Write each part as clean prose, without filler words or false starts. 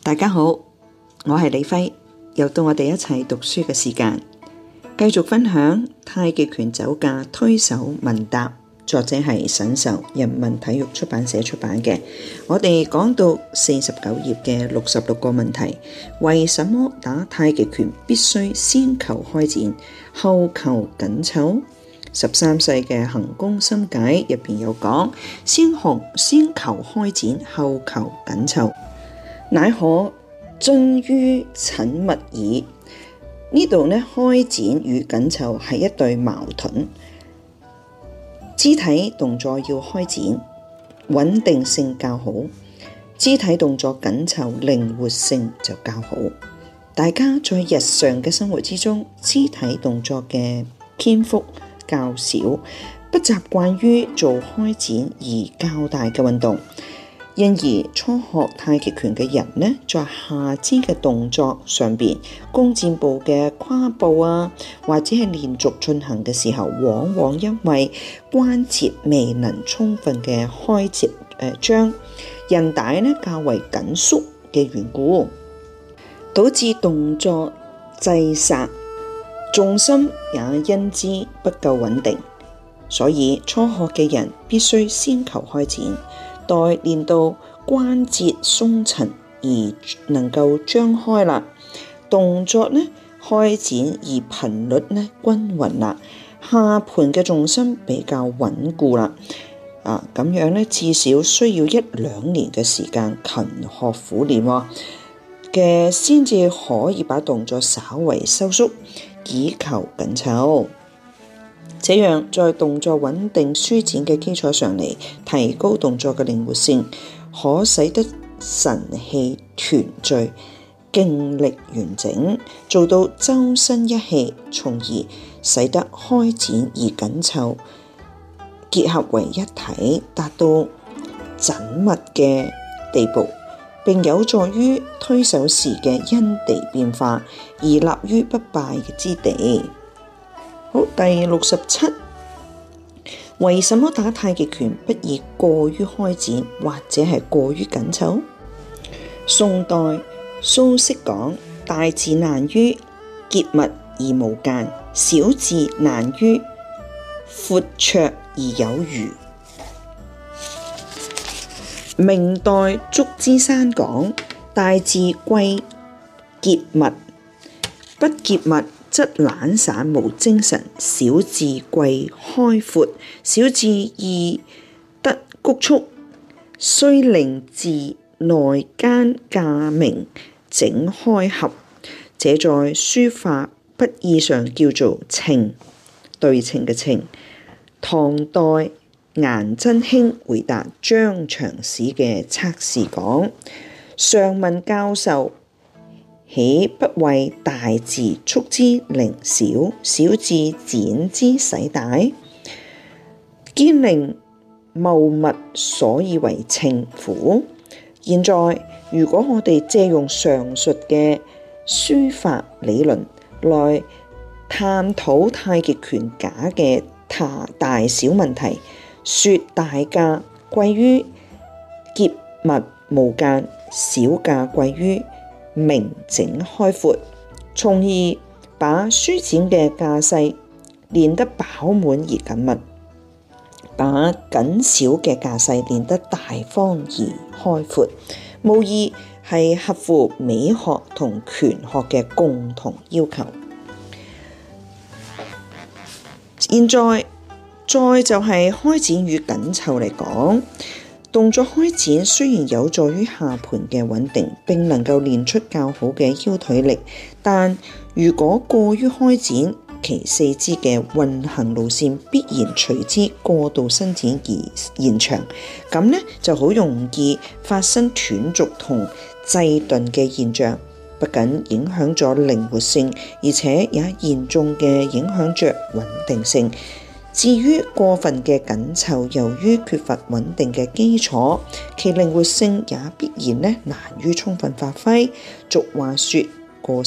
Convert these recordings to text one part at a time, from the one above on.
大家好，我係李輝，又到我哋一齊讀書嘅時間，繼續分享太極拳走架推手問答，作者係沈壽，人民體育出版社出版嘅。我哋講到49頁嘅66個問題，為什麼打太極拳必須先求開展，後求緊湊？13世嘅行功心解入邊有講，先求開展，後求緊湊，乃可臻於緊密矣。呢度呢，開展與緊湊係一對矛盾，肢體動作要開展，穩定性較好；肢體動作緊湊，靈活性就較好。大家在日常嘅生活之中，肢體動作嘅篇幅較少，不習慣於做開展而較大嘅運動，因而初學太極拳嘅人呢，在下肢嘅動作上邊，弓箭步嘅跨步啊，或者係連續進行嘅時候，往往因為關節未能充分嘅張，韌帶呢較為緊縮嘅緣故，導致動作滯剎，重心也因之不夠穩定。所以初學嘅人必須先求開展，待練到關節鬆沉而能夠張開啦，動作呢開展而頻率呢均勻啦，下盤嘅重心比較穩固啦。咁樣呢至少需要1-2年嘅時間勤學苦練嘅，先至可以把動作稍為收縮，以求緊湊。這樣在動作穩定舒展嘅基礎上嚟，提高動作嘅靈活性，可使得神氣團聚，勁力完整，做到周身一氣，從而使得開展而緊湊結合為一體，達到緊密嘅地步，並有助於推手時嘅因地變化，而立於不敗之地。好，第67，為什麼打太極拳不宜過於開展或者係過於緊湊？宋代蘇軾講：大字難於結密而無間，小字難於闊綽而有餘。明代祝枝山講：大字貴結密，不結密則懶散無精神；小字貴開闊，小字易得局促，須令字內間架明，整開合。這在書法筆意上叫做稱，對稱嘅稱。唐代顏真卿回答張長史嘅測試講：上問教授，豈不為大字促之靈小，小字剪之使大？兼令謬密，所以為稱乎？現在如果我哋借用上述嘅書法理論來探討太極拳架嘅大小問題，說大架貴於結密無間，小架貴於明整開闊，從而把舒展嘅架勢練得飽滿而緊密，把緊小嘅架勢練得大方而開闊，無疑係合乎美學同拳學嘅共同要求。現在就係開展與緊湊嚟講，動作開展雖然有助於下盤嘅穩定，並能夠練出較好嘅腰腿力，但如果過於開展，其四肢嘅運行路線必然隨之過度伸展而延長，咁呢就好容易發生斷續同滯頓嘅現象，不僅影響咗靈活性，而且也嚴重嘅影響着穩定性。至於過分嘅緊湊，由於缺乏穩定嘅基礎，其靈活性也必然難於充分發揮。俗話說：過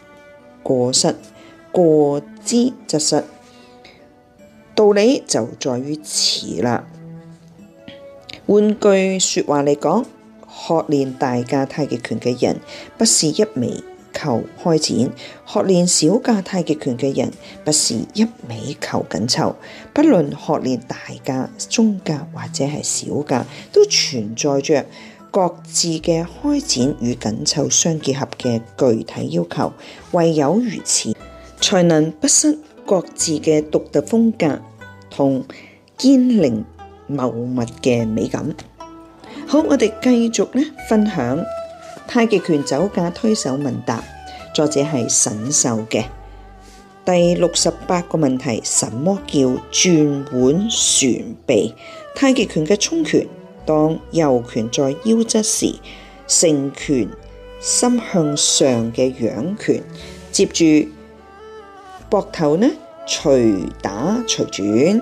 之則失。道理就在於此啦。換句說話嚟講， 學練大架太極拳嘅人，不是一味求開展；學練小架太極拳嘅人，不是一味求緊湊。不論學練大架、中架或者係小架，都存在着各自嘅開展與緊湊相結合嘅具體要求。唯有如此，才能不失各自嘅獨特風格同堅靈茂密嘅美感。好，我哋繼續分享太極拳走架推手問答，作者係沈壽嘅。第68個問題：什麼叫轉腕旋臂？太極拳嘅衝拳，當右拳在腰側時，成拳心向上嘅仰拳，接住膊頭隨打隨轉，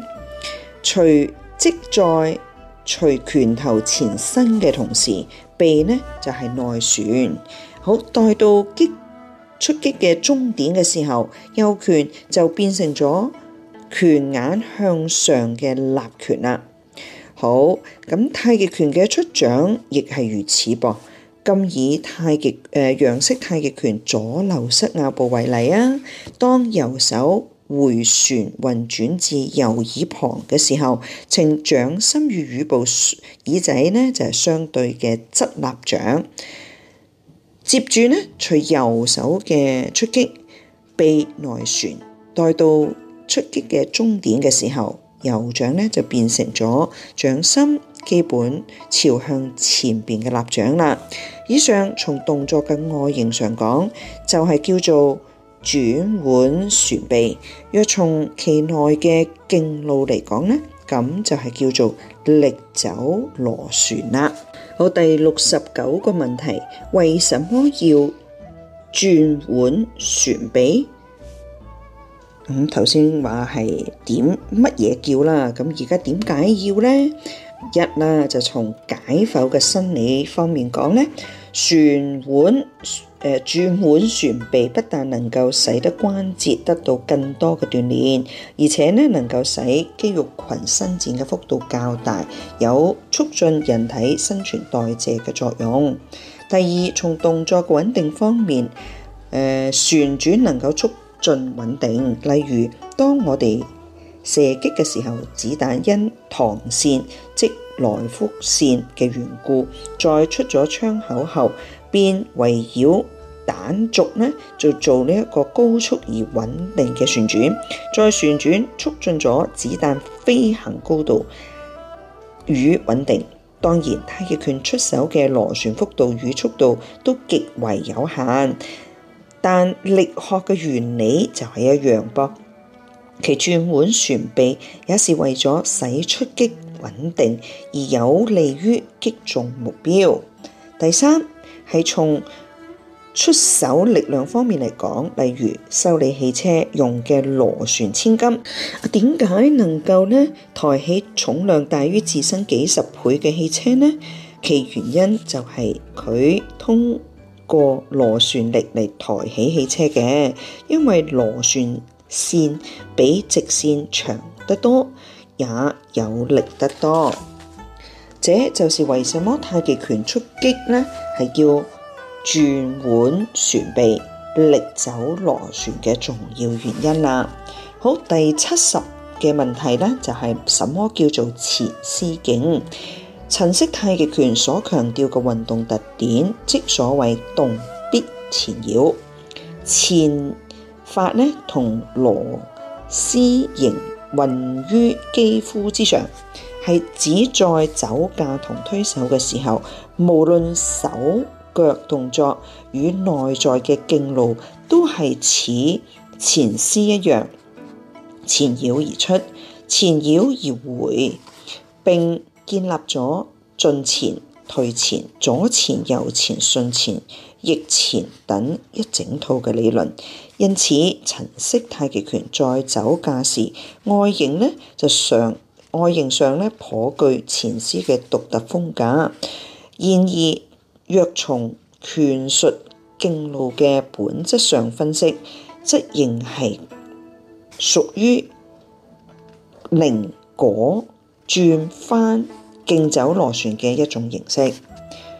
隨拳頭前伸嘅同時，臂就係內旋。好，待到出擊嘅終點嘅時候，右拳就變成咗拳眼向上嘅立拳啦。好，咁太極拳嘅出掌亦係如此噃。今以楊式太極拳左溜膝壓步為例啊，當右手回旋運轉至右耳旁嘅時候，呈掌心與耳部耳仔就係相對嘅側立掌。接住隨右手嘅出擊，臂內旋，待到出擊嘅終點嘅時候，右掌就變成咗掌心基本朝向前邊嘅立掌啦。以上從動作嘅外形上講，就係叫做轉腕旋臂。若從其內嘅徑路嚟講咁就係叫做力走螺旋啦。好，第69個問題：為什麼要轉腕旋臂？頭先話係點乜嘢叫啦，咁而家點解要呢？一啦，就從解剖嘅生理方面講轉腕旋臂不但能夠使得關節得到更多嘅鍛煉，而且能夠使肌肉群伸展嘅幅度較大，有促進人體新陳代謝嘅作用。第二，從動作嘅穩定方面，旋轉能夠促進穩定。例如，當我哋射擊嘅時候，子彈因膛線即來福線嘅緣故，在出咗槍口後，便圍繞彈軸就做呢一個高速而穩定嘅旋轉，再旋轉促進咗子彈飛行高度與穩定。當然，太極拳出手嘅螺旋幅度與速度都極為有限，但力學嘅原理就係一樣噃。其轉腕旋臂也是為咗使出擊穩定而有利於擊中目標。第三，係從出手力量方面嚟講，例如修理汽車用嘅螺旋千斤，點解能夠抬起重量大於自身幾十倍嘅汽車呢？其原因就係佢通過螺旋力嚟抬起汽車嘅，因為螺旋線比直線長得多，也有力得多。這就是為什麼太極拳出擊係叫轉腕旋臂、力走螺旋嘅重要原因啦。好，第70嘅問題就係什麼叫做前絲勁？陳式太極拳所強調嘅運動特點，即所謂動必前繞。前法同螺絲形運於肌膚之上，係指在走架同推手嘅時候，無論手腳動作與內在嘅徑路都係似前絲一樣，前繞而出，前繞而回，並建立咗進前、退前、左前、右前、順前、逆前等一整套嘅理論。因此，陳式太極拳在走架時，外形上頗具前絲嘅獨特風格。然而，若從拳術徑路嘅本質上分析，則仍係屬於擰果轉翻競走螺旋嘅一種形式。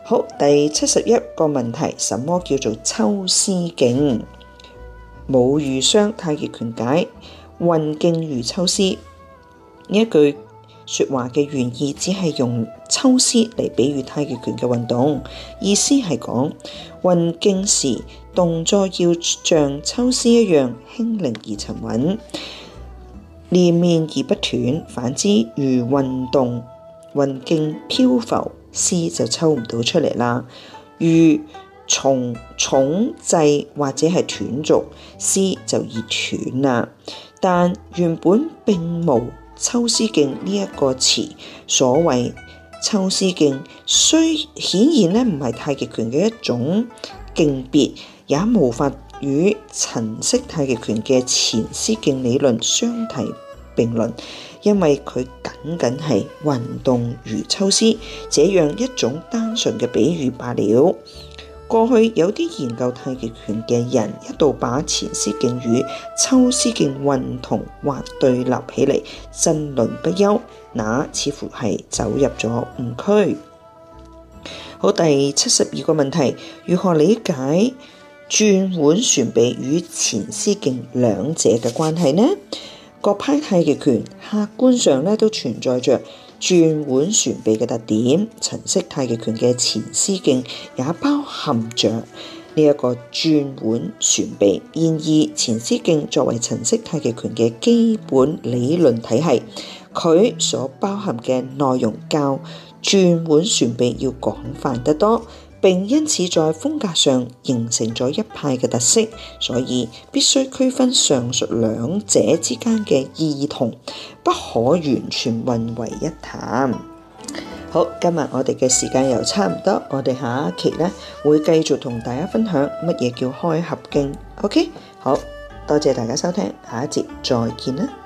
好，第71個問題，什麼叫做抽絲徑？武禹襄太極拳解，運勁如抽絲。呢一句說話嘅原意只係用抽絲嚟比喻太極拳嘅運動，意思係講運勁時動作要像抽絲一樣輕靈而沉穩，連綿而不斷。反之，如運動運勁漂浮，絲就抽唔到出嚟啦。如重滯或者係斷續，絲就易斷啦。但原本並無抽絲徑呢一個詞，所謂抽絲徑雖顯然唔係太極拳嘅一種徑別，也無法與陳式太極拳嘅前絲徑理論相提並論，因為佢僅僅係運動如抽絲這樣一種單純嘅比喻罷了。過去有啲研究太極拳嘅人一度把前絲徑與抽絲徑混同或對立起嚟，爭論不休，那似乎係走入咗誤區。好，第72個問題，如何理解轉腕旋臂與前絲徑兩者嘅關係呢？各派太極拳客觀上都存在着轉腕旋臂嘅特點，陳式太極拳嘅前絲徑也包含着呢一個轉腕旋臂。然而前絲徑作為陳式太極拳嘅基本理論體系，佢所包含嘅內容較轉腕旋臂要廣泛得多，並因此在風格上形成咗一派嘅特色，所以必須區分上述兩者之間嘅異同，不可完全混為一談。好，今日我哋嘅時間又差唔多，我哋下一期會繼續同大家分享乜嘢叫開合徑。OK， 好，多謝大家收聽，下一節再見啦。